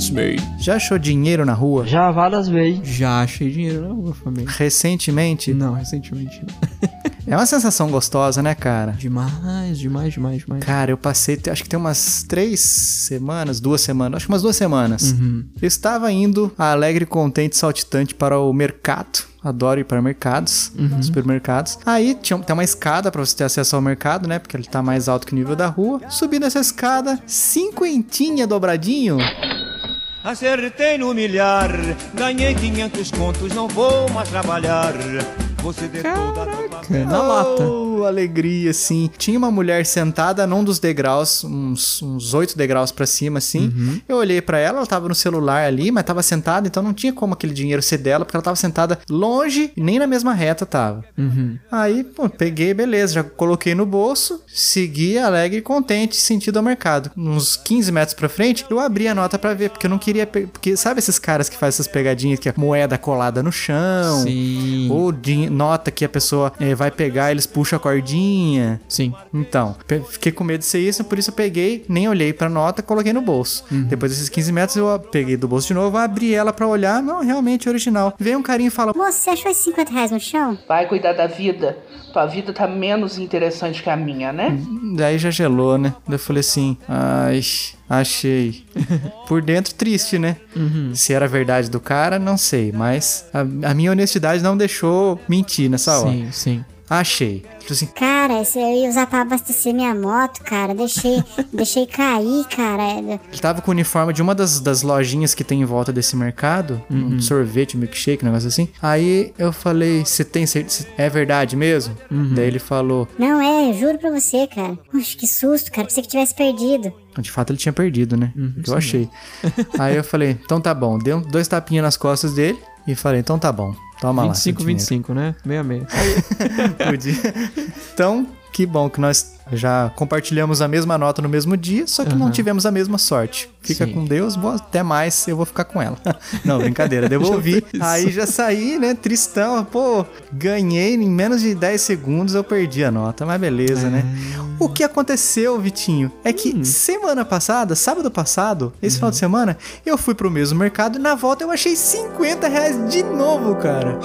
Smith. Já achou dinheiro na rua? Já várias vezes. Já achei dinheiro na rua, família. Recentemente? Não, recentemente não. É uma sensação gostosa, né, cara? Demais. Cara, eu passei, acho que tem umas 2 semanas, acho que umas 2 semanas. Eu estava indo alegre, contente, saltitante para o mercado. Adoro ir para mercados, supermercados. Aí tem uma escada para você ter acesso ao mercado, né? Porque ele tá mais alto que o nível da rua. Subindo essa escada, 50 dobradinho. Acertei no milhar, ganhei 500 contos, não vou mais trabalhar. Você deu toda a Na lata. Alegria, assim. Tinha uma mulher sentada num dos degraus, uns 8 degraus pra cima, assim. Eu olhei pra ela, ela tava no celular ali, mas tava sentada, então não tinha como aquele dinheiro ser dela, porque ela tava sentada longe, nem na mesma reta tava. Aí, pô, peguei, beleza, já coloquei no bolso, segui alegre e contente, sentido ao mercado. Uns 15 metros pra frente, eu abri a nota pra ver, porque eu não queria... Porque sabe esses caras que fazem essas pegadinhas, que é moeda colada no chão? Sim. Ou nota que a pessoa vai pegar, eles puxam a cordinha. Sim. Então, fiquei com medo de ser isso, por isso eu peguei, nem olhei pra nota, coloquei no bolso. Depois desses 15 metros, eu peguei do bolso de novo, abri ela pra olhar, não, realmente original. Veio um carinha e fala: Moço, você achou esses 50 reais no chão? Vai cuidar da vida. Tua vida tá menos interessante que a minha, né? Daí já gelou, né? Daí eu falei assim: ai, achei. Por dentro, triste, né? Se era verdade do cara, não sei. Mas a minha honestidade não deixou mentir nessa hora. Sim. Achei. Assim, Cara, eu ia usar pra abastecer minha moto, cara. Deixei cair, cara. ele tava com o uniforme de uma das lojinhas que tem em volta desse mercado. Um sorvete, um milkshake, um negócio assim. Aí eu falei: você tem certeza? É verdade mesmo? Daí ele falou: Não, juro pra você, cara. Puxa, que susto, cara. Pensei que tivesse perdido. de fato ele tinha perdido, né? Que eu achei. Aí eu falei: então tá bom. Dei 2 tapinhas nas costas dele e falei: então tá bom. Toma 25, lá. 25, né? 66. Podia. Então, que bom que nós já compartilhamos a mesma nota no mesmo dia, só que não tivemos a mesma sorte. Fica com Deus, até mais, eu vou ficar com ela. Não, brincadeira, devolvi. Aí já saí, né, tristão. Pô, ganhei, em menos de 10 segundos eu perdi a nota, mas beleza, né? O que aconteceu, Vitinho, é que semana passada, sábado passado, esse final de semana, eu fui pro mesmo mercado e na volta eu achei 50 reais de novo, cara.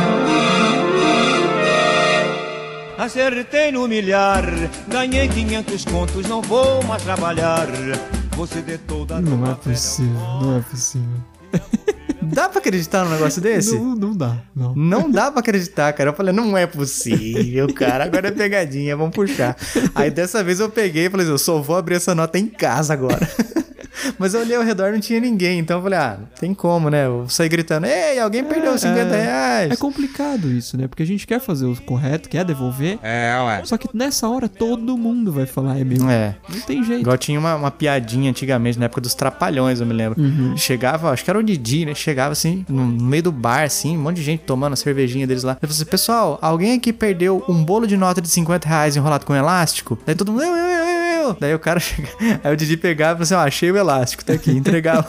Acertei no milhar, ganhei 500 contos, não vou mais trabalhar. Você deu toda a Não é possível. Dá pra acreditar num negócio desse? Não dá. Não dá pra acreditar, cara. Eu falei: não é possível, cara. Agora é pegadinha, vamos puxar. Aí dessa vez eu peguei e falei: eu só vou abrir essa nota em casa agora. Mas eu olhei ao redor, não tinha ninguém. Então eu falei: tem como, né? Eu saí gritando: ei, alguém perdeu 50 reais. É complicado isso, né? Porque a gente quer fazer o correto, quer devolver. Ué. Só que nessa hora todo mundo vai falar: é meu. Não tem jeito. Igual tinha uma piadinha antigamente, na época dos Trapalhões, eu me lembro. Chegava, acho que era o Didi, né? Chegava assim, no meio do bar, assim, um monte de gente tomando a cervejinha deles lá. Eu falei assim: pessoal, alguém aqui perdeu um bolo de nota de 50 reais enrolado com elástico? Daí todo mundo: eu. Daí o cara chegava, aí o Didi pegava e falava assim: achei o elástico, tá aqui, entregava.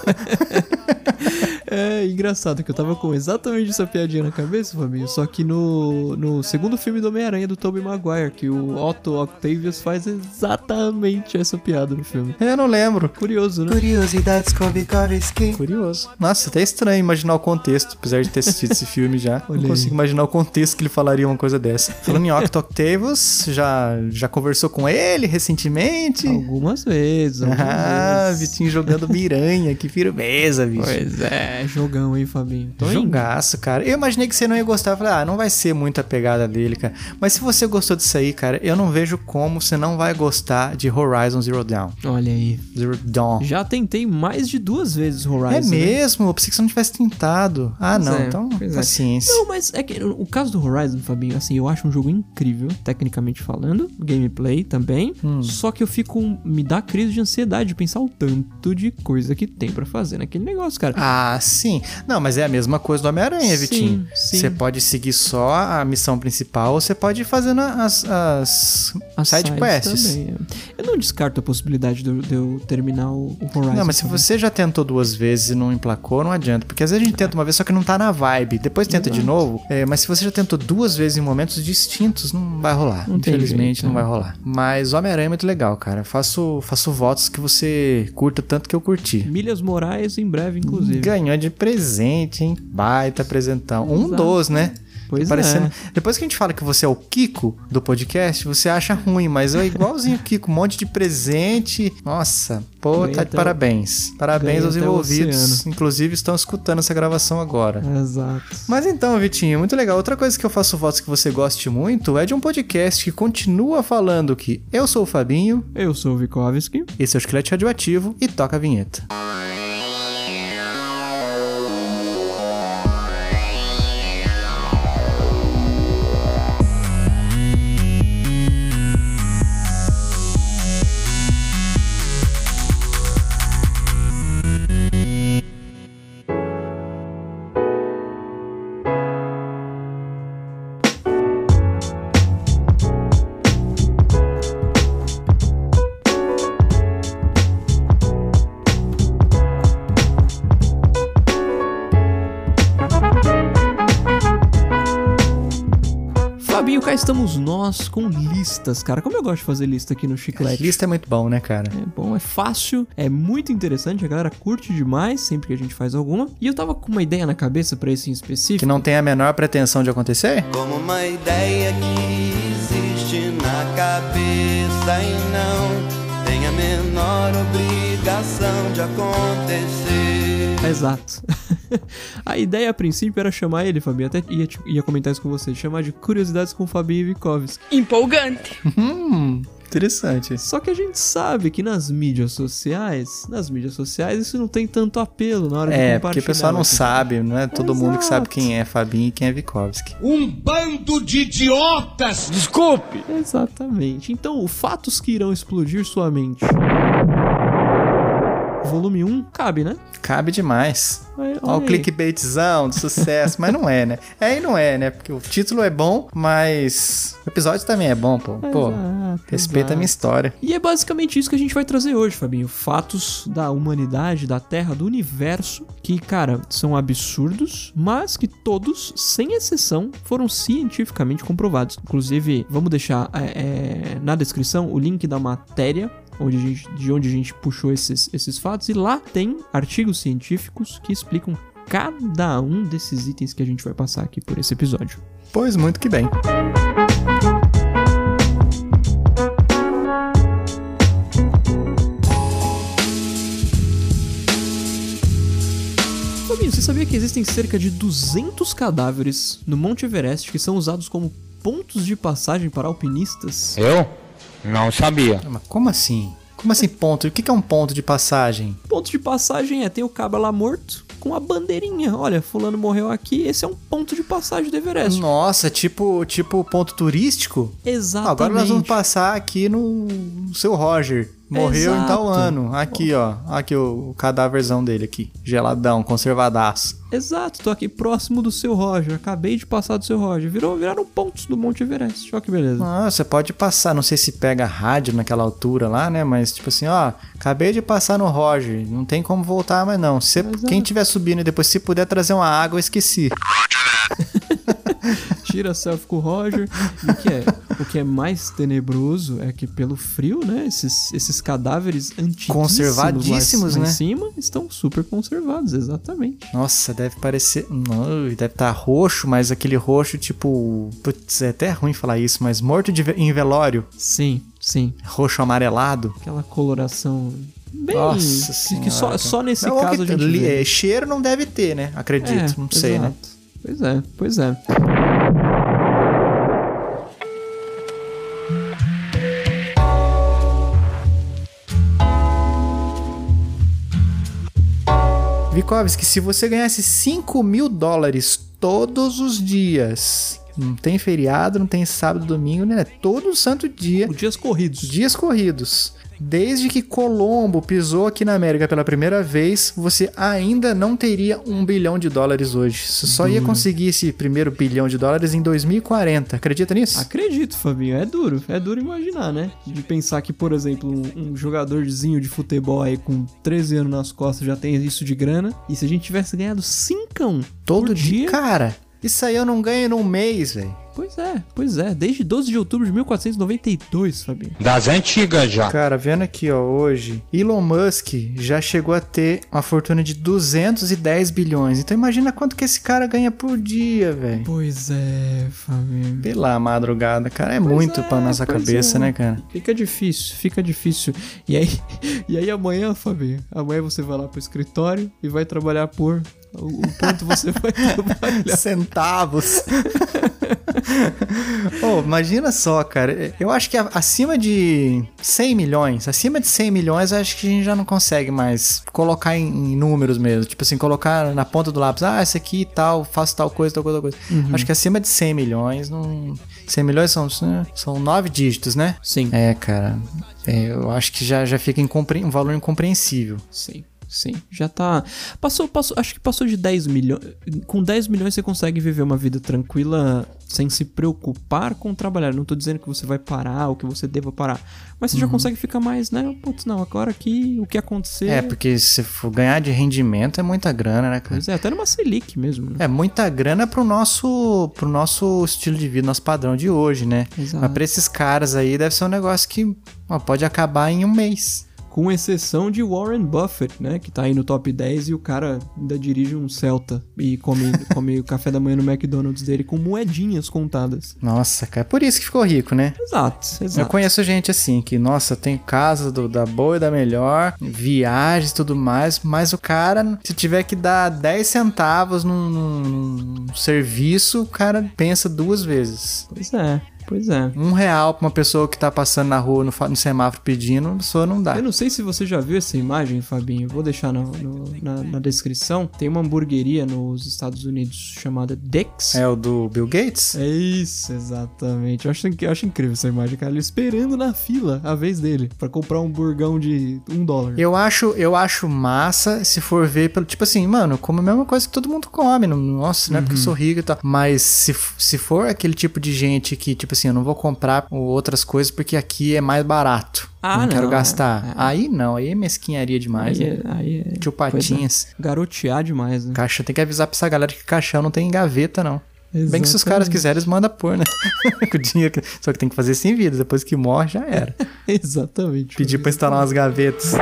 É engraçado que eu tava com exatamente essa piadinha na cabeça, Fabinho, só que no segundo filme do Homem-Aranha do Tobey Maguire, que o Otto Octavius faz exatamente essa piada no filme. Eu não lembro. Curioso, né? Curiosidades Kovikovski. Curioso. Nossa, até estranho imaginar o contexto, apesar de ter assistido esse filme já. Não consigo imaginar o contexto que ele falaria uma coisa dessa. Falando em Otto Octavius, já conversou com ele recentemente? Algumas vezes. Vitinho jogando miranha, que firmeza, bicho. Pois é, jogão, hein, Fabinho? Jogaço, cara. Eu imaginei que você não ia gostar. Eu falei: não vai ser muito a pegada dele, cara. Mas se você gostou disso aí, cara, eu não vejo como você não vai gostar de Horizon Zero Dawn. Olha aí. Zero Dawn. Já tentei mais de 2 vezes Horizon. É mesmo? Né? Eu pensei que você não tivesse tentado. Então, paciência. Não, mas é que o caso do Horizon, Fabinho, assim, eu acho um jogo incrível, tecnicamente falando, gameplay também, só que me dá crise de ansiedade de pensar o tanto de coisa que tem pra fazer naquele negócio, cara. sim. Não, mas é a mesma coisa do Homem-Aranha, Vitinho. Sim. Você pode seguir só a missão principal ou você pode ir fazendo as side quests. Também. Eu não descarto a possibilidade de eu terminar o Horizon. Não, mas se você já tentou 2 vezes e não emplacou, não adianta. Porque às vezes a gente tenta uma vez, só que não tá na vibe. Depois tenta de novo. Mas se você já tentou 2 vezes em momentos distintos, não vai rolar. Infelizmente, não vai rolar. Mas Homem-Aranha é muito legal, cara. Faço votos que você curta tanto que eu curti. Milhas Moraes em breve, inclusive. Ganhou de presente, hein? Baita presentão. Um dos, né? Pois parecendo... Depois que a gente fala que você é o Kiko do podcast, você acha ruim, mas é igualzinho o Kiko, um monte de presente. Nossa, pô, Ganhei tá de parabéns. Parabéns aos envolvidos. Inclusive, estão escutando essa gravação agora. Exato. Mas então, Vitinho, muito legal. Outra coisa que eu faço votos que você goste muito é de um podcast que continua falando que eu sou o Fabinho. Eu sou o Vikovski. Esse é o Chiclete Radioativo e toca a vinheta. Cá estamos nós com listas, cara. Como eu gosto de fazer lista aqui no Chiclete. Lista é muito bom, né, cara? É bom, é fácil, é muito interessante. A galera curte demais sempre que a gente faz alguma. E eu tava com uma ideia na cabeça pra esse em específico. Que não tem a menor pretensão de acontecer? Como uma ideia que existe na cabeça e não tem a menor obrigação de acontecer. Exato. A ideia a princípio era chamar ele, Fabinho, até ia comentar isso com você, chamar de Curiosidades com Fabinho e Vikovski. Empolgante. Interessante. Só que a gente sabe que nas mídias sociais isso não tem tanto apelo na hora de compartilhar. Porque o pessoal não sabe, não é todo mundo que sabe quem é Fabinho e quem é Vikovski. Um bando de idiotas! Desculpe! Exatamente. Então, fatos que irão explodir sua mente. Volume 1, cabe, né? Cabe demais. Olha o clickbaitzão de sucesso, mas não é, né? É e não é, né? Porque o título é bom, mas o episódio também é bom, pô. Pô, respeita a minha história. E é basicamente isso que a gente vai trazer hoje, Fabinho. Fatos da humanidade, da Terra, do universo, que, cara, são absurdos, mas que todos, sem exceção, foram cientificamente comprovados. Inclusive, vamos deixar na descrição o link da matéria de onde a gente puxou esses fatos, e lá tem artigos científicos que explicam cada um desses itens que a gente vai passar aqui por esse episódio. Pois muito que bem. Fabinho, você sabia que existem cerca de 200 cadáveres no Monte Everest que são usados como pontos de passagem para alpinistas? Eu? Não sabia. Mas como assim? Como assim ponto? O que é um ponto de passagem? Ponto de passagem tem o cabra lá morto com a bandeirinha. Olha, fulano morreu aqui, esse é um ponto de passagem do Everest. Nossa, tipo ponto turístico? Exatamente. Agora nós vamos passar aqui no Seu Roger. Morreu em tal ano. Aqui, ó. Aqui o cadáverzão dele aqui. Geladão, conservadaço. Exato, tô aqui próximo do Seu Roger. Acabei de passar do Seu Roger. Viraram pontos do Monte Everest. Olha que beleza. Ah, você pode passar. Não sei se pega rádio naquela altura lá, né? Mas tipo assim, ó. Acabei de passar no Roger. Não tem como voltar mais não. Quem estiver subindo e depois se puder trazer uma água, eu esqueci. Tira selfie com o Roger. E o que é mais tenebroso é que pelo frio, né? Esses cadáveres antiguíssimos conservadíssimos, lá né? Em cima estão super conservados, exatamente. Nossa, deve parecer... deve estar roxo, mas aquele roxo tipo... Putz, é até ruim falar isso, mas morto em velório. Sim. Roxo amarelado. Aquela coloração... Bem, nossa senhora, que só nesse caso a gente vê. Cheiro não deve ter, né? Acredito, não sei, exato. Né? Pois é. Vikovski, se você ganhasse $5.000 todos os dias, não tem feriado, não tem sábado, domingo, né? Todo santo dia. Dias corridos. Dias corridos. desde que Colombo pisou aqui na América pela primeira vez, você ainda não teria $1 bilhão hoje. Você só ia conseguir esse primeiro $1 bilhão em 2040. Acredita nisso? Acredito, Fabinho. É duro imaginar, né? De pensar que, por exemplo, um jogadorzinho de futebol aí com 13 anos nas costas já tem isso de grana. E se a gente tivesse ganhado 5 todo dia? Cara, isso aí eu não ganho num mês, velho. Pois é. Desde 12 de outubro de 1492, Fabinho. Das antigas já. Cara, vendo aqui, ó, hoje, Elon Musk já chegou a ter uma fortuna de 210 bilhões. Então imagina quanto que esse cara ganha por dia, velho. Pois é, Fabinho. Pela madrugada, cara, é muito pra nossa cabeça, né, cara? Fica difícil. E aí amanhã, Fabinho, amanhã você vai lá pro escritório e vai trabalhar por... O quanto você vai trabalhar. Centavos. Imagina só, cara. Eu acho que acima de 100 milhões, eu acho que a gente já não consegue mais colocar em números mesmo. Tipo assim, colocar na ponta do lápis, esse aqui e tal, faço tal coisa. Uhum. Acho que acima de 100 milhões, não... 100 milhões são 9 dígitos, né? Sim. Cara. Eu acho que já fica um valor incompreensível. Sim, já tá... Acho que passou de 10 milhões. Com 10 milhões você consegue viver uma vida tranquila sem se preocupar com trabalhar. Não tô dizendo que você vai parar ou que você deva parar. Mas você já consegue ficar mais, né? Putz, não, agora aqui o que acontecer... porque se for ganhar de rendimento é muita grana, né, cara? Pois é, até numa Selic mesmo, né? É muita grana pro nosso estilo de vida, nosso padrão de hoje, né? Exato. Mas pra esses caras aí deve ser um negócio que pode acabar em um mês. Com exceção de Warren Buffett, né? Que tá aí no top 10 e o cara ainda dirige um Celta e come o café da manhã no McDonald's dele com moedinhas contadas. Nossa, cara, é por isso que ficou rico, né? Exato. Eu conheço gente assim, que, nossa, tem casa da boa e da melhor, viagens e tudo mais, mas o cara, se tiver que dar 10 centavos num serviço, o cara pensa 2 vezes. Pois é. R$1 pra uma pessoa que tá passando na rua, no semáforo pedindo, a pessoa não dá. Eu não sei se você já viu essa imagem, Fabinho. Vou deixar na descrição. Tem uma hamburgueria nos Estados Unidos chamada Dick's. É o do Bill Gates? É isso, exatamente. Eu acho incrível essa imagem, cara. Ele esperando na fila a vez dele pra comprar um burgão de $1. Eu acho massa se for ver pelo... Tipo assim, mano, eu como a mesma coisa que todo mundo come. Nossa, não é porque eu sou rico e tal. Mas se for aquele tipo de gente que, tipo assim, eu não vou comprar outras coisas porque aqui é mais barato. Não quero gastar. Aí não, aí é mesquinharia demais. Aí é Tio Patinhas. Garotear demais, né? Caixa, tem que avisar pra essa galera que caixão não tem gaveta, não. Exatamente. Bem que se os caras quiserem, eles mandam pôr, né? Com dinheiro. Só que tem que fazer sem vida. Depois que morre, já era. Exatamente. Pedir pra instalar umas gavetas.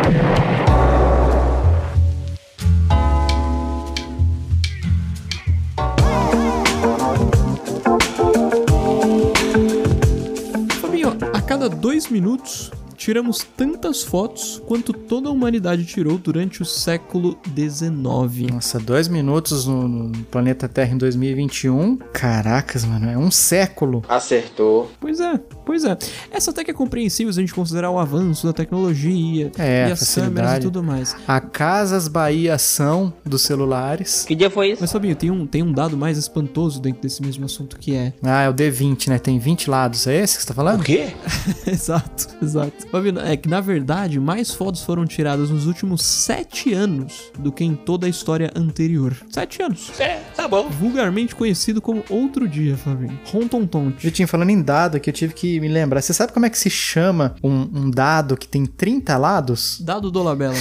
A cada 2 minutos, tiramos tantas fotos quanto toda a humanidade tirou durante o século XIX. Nossa, 2 minutos no planeta Terra em 2021? Caracas, mano, é um século. Acertou. Pois é. Essa até que é compreensível se a gente considerar o avanço da tecnologia e as câmeras e tudo mais. A Casas Bahia ação dos celulares. Que dia foi isso? Mas, Fabinho, tem um dado mais espantoso dentro desse mesmo assunto que é... é o D20, né? Tem 20 lados. É esse que você tá falando? O quê? Exato. Fabinho, é que, na verdade, mais fotos foram tiradas nos últimos 7 anos do que em toda a história anterior. 7 anos. Tá bom. Vulgarmente conhecido como outro dia, Fabinho. Rontontonte. Vitinho, falando em dado aqui, eu tive que me lembrar. Você sabe como é que se chama um dado que tem 30 lados? Dado Dolabella.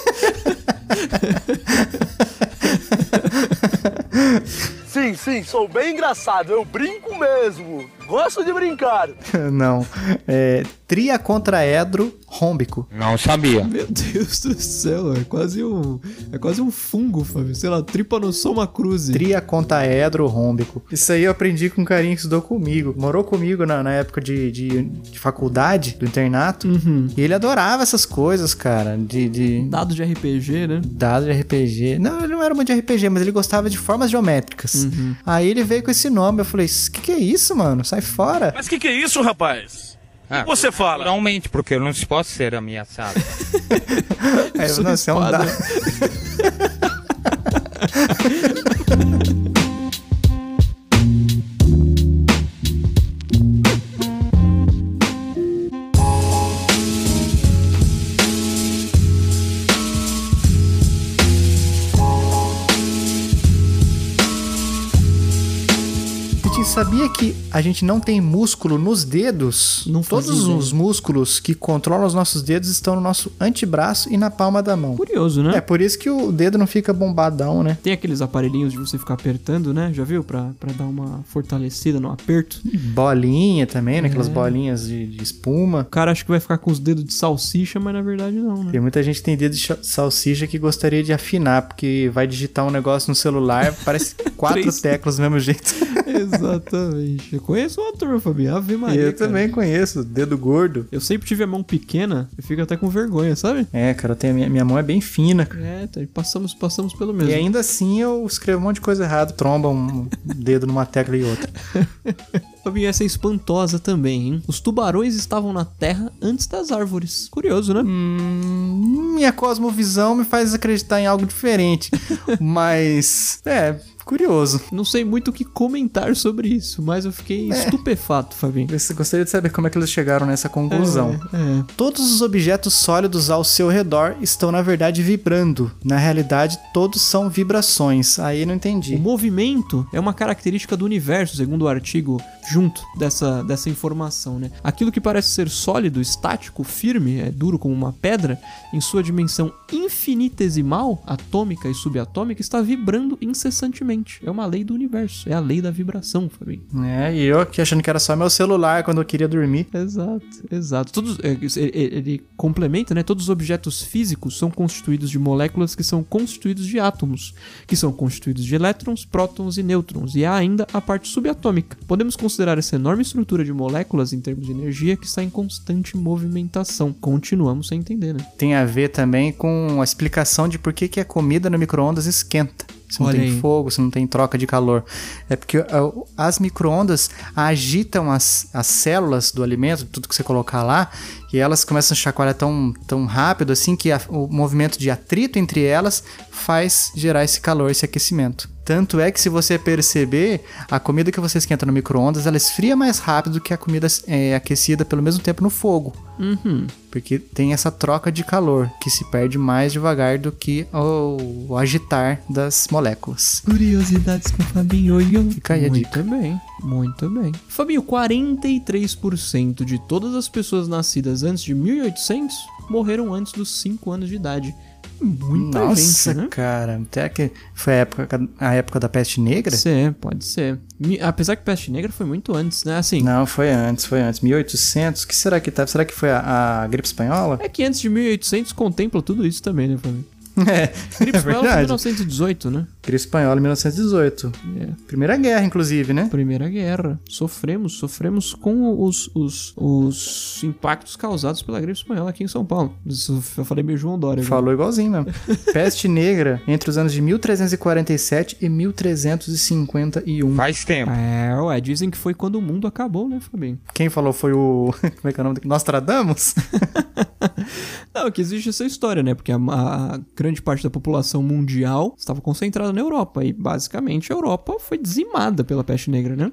Sim, sou bem engraçado, eu brinco mesmo. Gosto de brincar. Não, triacontraedro rômbico. Não sabia. Meu Deus do céu, é quase um fungo, Fábio. Sei lá, Trypanosoma cruzi. Triacontaedro rômbico. Isso aí eu aprendi com um carinha que estudou comigo. Morou comigo na época de faculdade, do internato. Uhum. E ele adorava essas coisas, cara. Dados de RPG, né? Dados de RPG. Não, ele não era muito de RPG, mas ele gostava de formas geométricas. Uhum. Aí ele veio com esse nome. Eu falei, que é isso, mano? Sai fora. Mas que é isso, rapaz? O que você fala? Realmente, porque eu não posso ser ameaçado. Você é um dado. Vitinho, sabia que a gente não tem músculo nos dedos? Não fazia ideia. Todos os músculos que controlam os nossos dedos estão no nosso antebraço e na palma da mão. Curioso, né? É por isso que o dedo não fica bombadão, né? Tem aqueles aparelhinhos de você ficar apertando, né? Já viu? Pra dar uma fortalecida no aperto. Bolinha também, né? Aquelas bolinhas de espuma. O cara acha que vai ficar com os dedos de salsicha, mas na verdade não, né? Tem muita gente que tem dedo de salsicha que gostaria de afinar, porque vai digitar um negócio no celular, parece 4 teclas do mesmo jeito. Exatamente. Eu conheço uma turma, Fabinho. Ave Maria, Eu também conheço, dedo gordo. Eu sempre tive a mão pequena, eu fico até com vergonha, sabe? É, cara, minha mão é bem fina. É, passamos pelo mesmo. E ainda assim eu escrevo um monte de coisa errada, tromba um dedo numa tecla e outra. Fabinho, essa é espantosa também, hein? Os tubarões estavam na terra antes das árvores. Curioso, né? Minha cosmovisão me faz acreditar em algo diferente. Mas, curioso. Não sei muito o que comentar sobre isso, mas eu fiquei estupefato, Fabinho. Eu gostaria de saber como é que eles chegaram nessa conclusão. Todos os objetos sólidos ao seu redor estão, na verdade, vibrando. Na realidade, todos são vibrações. Aí não entendi. O movimento é uma característica do universo, segundo o artigo junto dessa informação, né? Aquilo que parece ser sólido, estático, firme, duro como uma pedra, em sua dimensão infinitesimal, atômica e subatômica, está vibrando incessantemente. É uma lei do universo, é a lei da vibração, Fabinho. E eu aqui achando que era só meu celular quando eu queria dormir. Exato. Ele complementa, né? Todos os objetos físicos são constituídos de moléculas que são constituídos de átomos, que são constituídos de elétrons, prótons e nêutrons, e há ainda a parte subatômica. Podemos considerar essa enorme estrutura de moléculas em termos de energia que está em constante movimentação. Continuamos sem entender, né? Tem a ver também com a explicação de por que a comida no micro-ondas esquenta. Se não tem fogo, se não tem troca de calor. É porque as micro-ondas agitam as células do alimento, tudo que você colocar lá, e elas começam a chacoalhar tão rápido assim que o movimento de atrito entre elas faz gerar esse calor, esse aquecimento. Tanto é que, se você perceber, a comida que você esquenta no micro-ondas, ela esfria mais rápido do que a comida aquecida pelo mesmo tempo no fogo. Porque tem essa troca de calor, que se perde mais devagar do que o agitar das moléculas. Curiosidades com o Fabinho. Fica aí a dica. Muito bem. Fabinho, 43% de todas as pessoas nascidas antes de 1800 morreram antes dos 5 anos de idade. Muita gente, né? Cara, até que foi a época da peste negra? Pode ser. Apesar que peste negra foi muito antes, né? Assim. Não, foi antes. 1800. O que será que tá? Será que foi a gripe espanhola? É que antes de 1800 contempla tudo isso também, né, Fabinho? Gripe espanhola foi 1918, né? Gripe espanhola em 1918. Primeira guerra, inclusive, né? Primeira guerra. Sofremos com os impactos causados pela gripe espanhola aqui em São Paulo. Eu falei meio João Dória. Falou igualzinho mesmo. Peste negra entre os anos de 1347 e 1351. Faz tempo. Dizem que foi quando o mundo acabou, né, Fabinho? Quem falou foi o... Como é que é o nome? Nostradamus? Não, que existe essa história, né? Porque a grande parte da população mundial estava concentrada na Europa. E, basicamente, a Europa foi dizimada pela peste negra, né?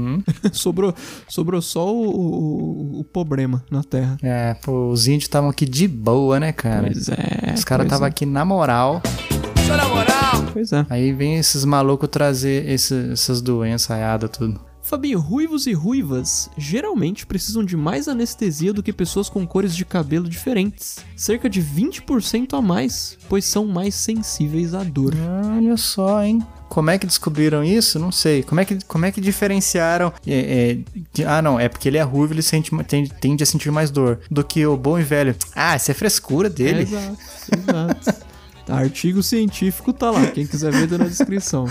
Sobrou só o problema na Terra. Os índios estavam aqui de boa, né, cara? Pois é. Os caras estavam aqui na moral. Só na moral. Pois é. Aí vem esses malucos trazer essas doenças aiadas, tudo. Fabinho, ruivos e ruivas geralmente precisam de mais anestesia do que pessoas com cores de cabelo diferentes. Cerca de 20% a mais, pois são mais sensíveis à dor. Olha só, hein? Como é que descobriram isso? Não sei. Como é que diferenciaram? Não, é porque ele é ruivo, ele tende a sentir mais dor do que o bom e velho. Isso é frescura dele. Exato. Artigo científico tá lá, quem quiser ver, tá na descrição.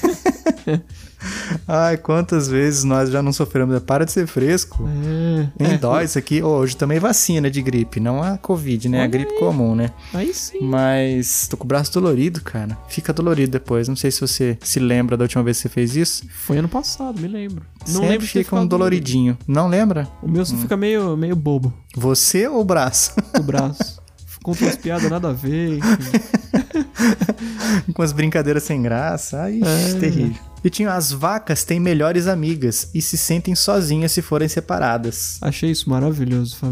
Ai, quantas vezes nós já não sofremos. Para de ser fresco. Nem dói isso aqui. Hoje também vacina de gripe, não a Covid, né? A gripe comum, né? Aí sim. Mas tô com o braço dolorido, cara. Fica dolorido depois. Não sei se você se lembra da última vez que você fez isso. Foi ano passado, me lembro. Não Sempre lembro de ter fica um doloridinho. Não lembra? O meu só fica meio bobo. Você ou o braço? O braço. Conta umas piadas nada a ver, enfim. Com as brincadeiras sem graça. Terrível. E as vacas têm melhores amigas e se sentem sozinhas se forem separadas. Achei isso maravilhoso, Fabinho.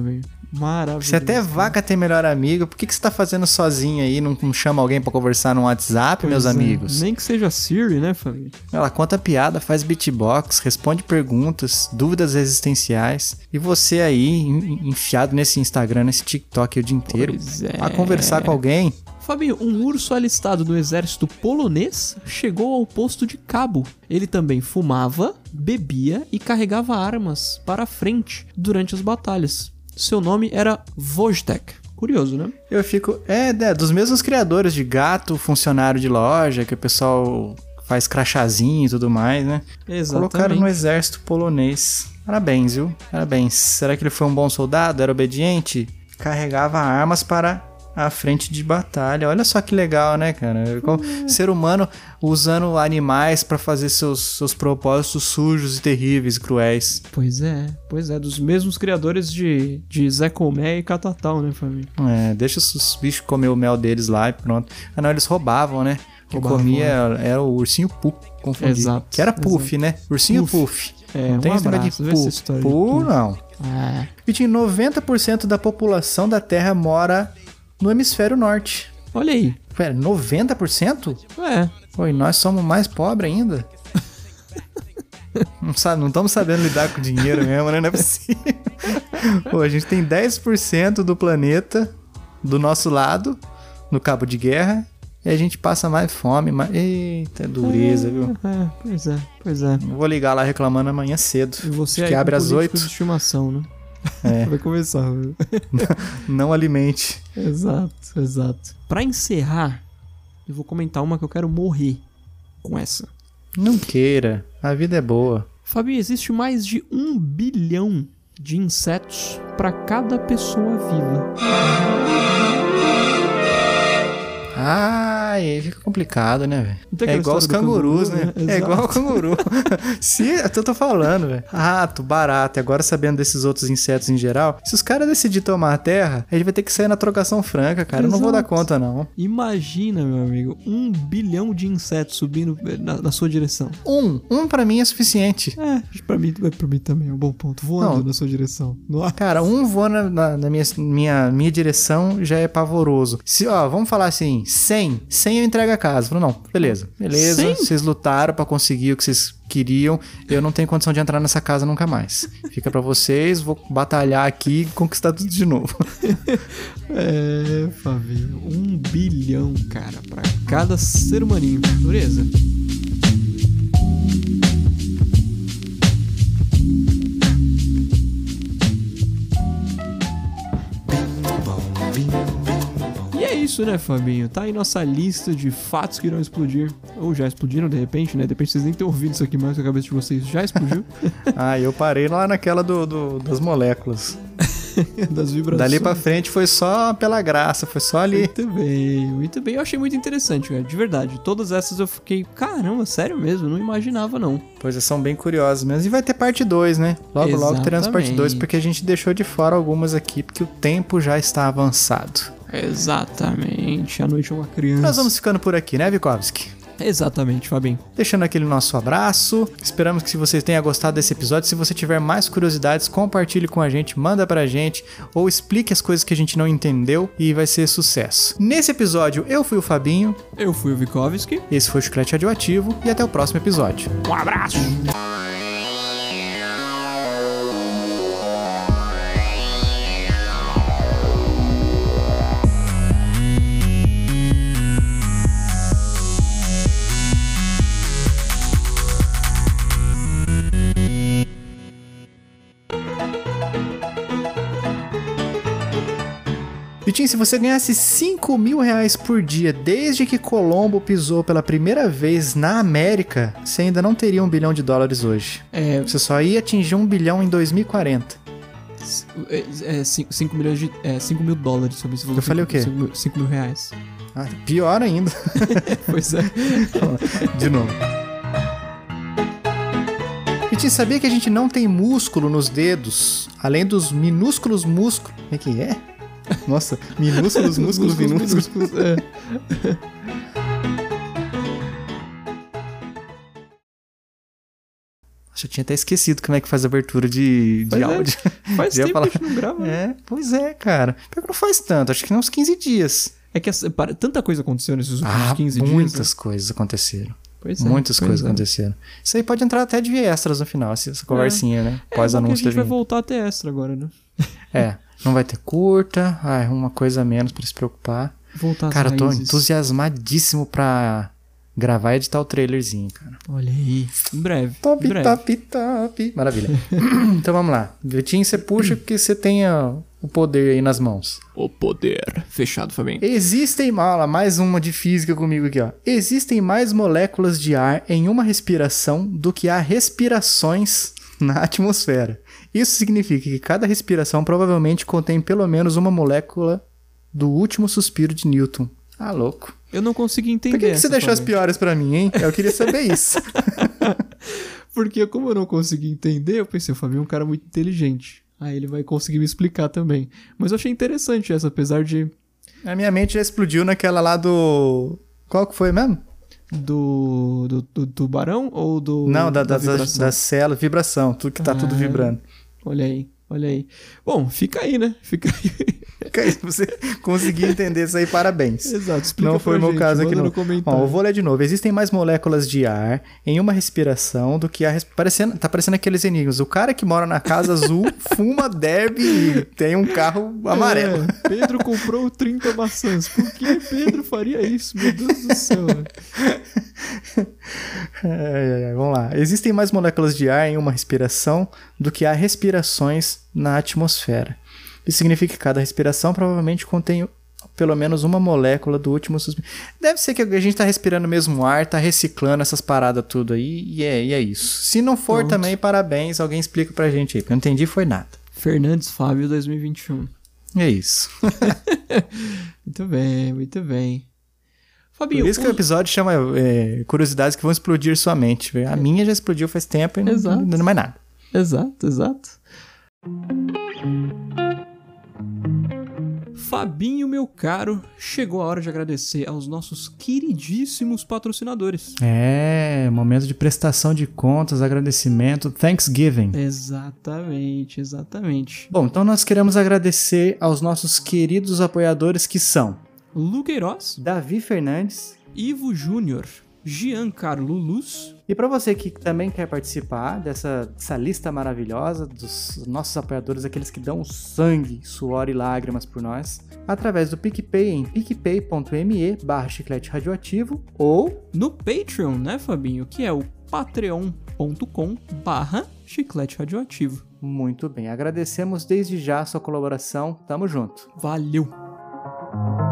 Maravilhoso. Se até vaca tem melhor amigo, por que você tá fazendo sozinho aí? Não chama alguém pra conversar no WhatsApp, meus amigos? Nem que seja Siri, né, família? Ela conta piada, faz beatbox, responde perguntas, dúvidas existenciais. E você aí, enfiado nesse Instagram, nesse TikTok o dia inteiro, a conversar com alguém. Fabinho, um urso alistado no exército polonês chegou ao posto de cabo. Ele também fumava, bebia e carregava armas para a frente durante as batalhas. Seu nome era Wojtek. Curioso, né? Eu fico... dos mesmos criadores de gato, funcionário de loja, que o pessoal faz crachazinho e tudo mais, né? Exatamente. Colocaram no exército polonês. Parabéns, viu? Parabéns. Será que ele foi um bom soldado? Era obediente? Carregava armas para a frente de batalha. Olha só que legal, né, cara? Ser humano usando animais pra fazer seus propósitos sujos e terríveis, cruéis. Pois é. Dos mesmos criadores de Zé Comé e Catatal, né, família? Deixa os bichos comer o mel deles lá e pronto. Ah, não, eles roubavam, né? Quem comia era o ursinho Pooh, confundi. Exato. Que era Puff, né? Ursinho Puff. Não tem esse negócio de Pooh, não. Vitinho, 90% da população da Terra mora no hemisfério norte. Olha aí. Pera, 90%? É. E nós somos mais pobres ainda? Não estamos sabendo lidar com dinheiro mesmo, né? Não é possível. A gente tem 10% do planeta do nosso lado, no cabo de guerra, e a gente passa mais fome. Eita, dureza, viu? Pois é. Vou ligar lá reclamando amanhã cedo. E você que abre às 8. De estimação, né? Vai começar. Não alimente. Exato. Pra encerrar, eu vou comentar uma que eu quero morrer com essa. Não queira, a vida é boa. Fabinho, existe mais de 1 bilhão de insetos pra cada pessoa viva. Aí fica complicado, né, velho? É igual os cangurus, né? É igual o canguru. Eu tô falando, velho. Rato, barata, e agora sabendo desses outros insetos em geral, se os caras decidirem tomar a terra, a gente vai ter que sair na trocação franca, cara. Eu não vou dar conta, não. Imagina, meu amigo, 1 bilhão de insetos subindo na sua direção. Um pra mim é suficiente. Pra mim também é um bom ponto. Voando na sua direção. Cara, voando na minha direção já é pavoroso. Vamos falar assim, 100 eu entrego a casa. Falei, não, beleza, 100? Vocês lutaram pra conseguir o que vocês queriam, eu não tenho condição de entrar nessa casa nunca mais. Fica pra vocês, vou batalhar aqui e conquistar tudo de novo. Fabinho, 1 bilhão, cara, pra cada ser humaninho, beleza? Isso, né, Fabinho? Tá aí nossa lista de fatos que irão explodir. Ou já explodiram, de repente, né? De repente vocês nem ter ouvido isso aqui mais que a cabeça de vocês. Já explodiu? Eu parei lá naquela das moléculas. Das vibrações. Dali pra frente foi só pela graça, foi só ali. Muito bem. Eu achei muito interessante, cara. De verdade. Todas essas eu fiquei, caramba, sério mesmo? Não imaginava, não. Pois são bem curiosas mesmo. E vai ter parte 2, né? Logo teremos parte 2, porque a gente deixou de fora algumas aqui, porque o tempo já está avançado. Exatamente, a noite é uma criança. Nós vamos ficando por aqui, né, Vikovski? Exatamente, Fabinho. Deixando aquele nosso abraço. Esperamos que você tenha gostado desse episódio. Se você tiver mais curiosidades, compartilhe com a gente, manda pra gente ou explique as coisas que a gente não entendeu e vai ser sucesso. Nesse episódio, eu fui o Fabinho. Eu fui o Vikovski. Esse foi o Chiclete Radioativo e até o próximo episódio. Um abraço! Vitinho, se você ganhasse R$5.000 por dia desde que Colombo pisou pela primeira vez na América, você ainda não teria $1 bilhão hoje. Você só ia atingir $1 bilhão em 2040. 5 milhões de... $5 mil. Eu falei o quê? R$5.000. Pior ainda. Pois é. De novo. Vitinho, sabia que a gente não tem músculo nos dedos, além dos minúsculos músculos... Como é que é? Nossa, minúsculos, músculos minúsculos. Já tinha até esquecido como é que faz a abertura de áudio. Faz tempo que a gente não grava. Pois é, cara. Pior que não faz tanto, acho que uns 15 dias. É que tanta coisa aconteceu nesses últimos 15 dias. Muitas coisas aconteceram. Muitas coisas aconteceram. Isso aí pode entrar até de extras no final, essa conversinha, né? Pós-anúncio da a gente vai voltar a ter extra agora, né? Não vai ter curta, uma coisa a menos pra se preocupar. Cara, eu tô entusiasmadíssimo pra gravar e editar o trailerzinho, cara. Olha aí, em breve. Top. Maravilha. Então vamos lá. Vitinho, você puxa porque você tem o poder aí nas mãos. O poder. Fechado, Fabinho. Existem, mais uma de física comigo aqui, ó. Existem mais moléculas de ar em uma respiração do que há respirações na atmosfera. Isso significa que cada respiração provavelmente contém pelo menos uma molécula do último suspiro de Newton. Ah, louco. Eu não consegui entender. Por que você deixou as piores pra mim, hein? Eu queria saber isso. Porque como eu não consegui entender, eu pensei, o Fabinho é um cara muito inteligente. Aí ele vai conseguir me explicar também. Mas eu achei interessante essa, apesar de... A minha mente já explodiu naquela lá do... Qual que foi mesmo? Do tubarão ou do... Não, da célula, vibração, tudo que tá tudo vibrando. Olha aí. Bom, fica aí, né? Fica aí. Se você conseguir entender isso aí, parabéns. Exato, explica. Não foi o meu caso aqui, não. Ó, eu vou ler de novo. Existem mais moléculas de ar em uma respiração do que a... Tá parecendo aqueles enigmas. O cara que mora na casa azul fuma derby e tem um carro amarelo. Pedro comprou 30 maçãs. Por que Pedro faria isso? Meu Deus do céu. Vamos lá. Existem mais moléculas de ar em uma respiração do que há respirações na atmosfera. Isso significa que cada respiração provavelmente contém pelo menos uma molécula do último suspiro. Deve ser que a gente tá respirando o mesmo ar, tá reciclando essas paradas tudo aí, e é isso. Se não for também, parabéns, alguém explica pra gente aí, porque eu não entendi foi nada. Fernandes Fábio 2021. É isso. Muito bem. Fabinho, por isso que o episódio chama curiosidades que vão explodir sua mente. A minha já explodiu faz tempo e não dando mais nada. Exato. Fabinho, meu caro, chegou a hora de agradecer aos nossos queridíssimos patrocinadores. Momento de prestação de contas, agradecimento, Thanksgiving. Exatamente. Bom, então nós queremos agradecer aos nossos queridos apoiadores que são Lu Queiroz, Davi Fernandes, Ivo Júnior, Giancarlo Luz. E para você que também quer participar dessa lista maravilhosa dos nossos apoiadores, aqueles que dão sangue, suor e lágrimas por nós, através do PicPay em picpay.me/chiclete radioativo ou no Patreon, né, Fabinho? Que é o patreon.com/chiclete radioativo. Muito bem, agradecemos desde já a sua colaboração. Tamo junto. Valeu!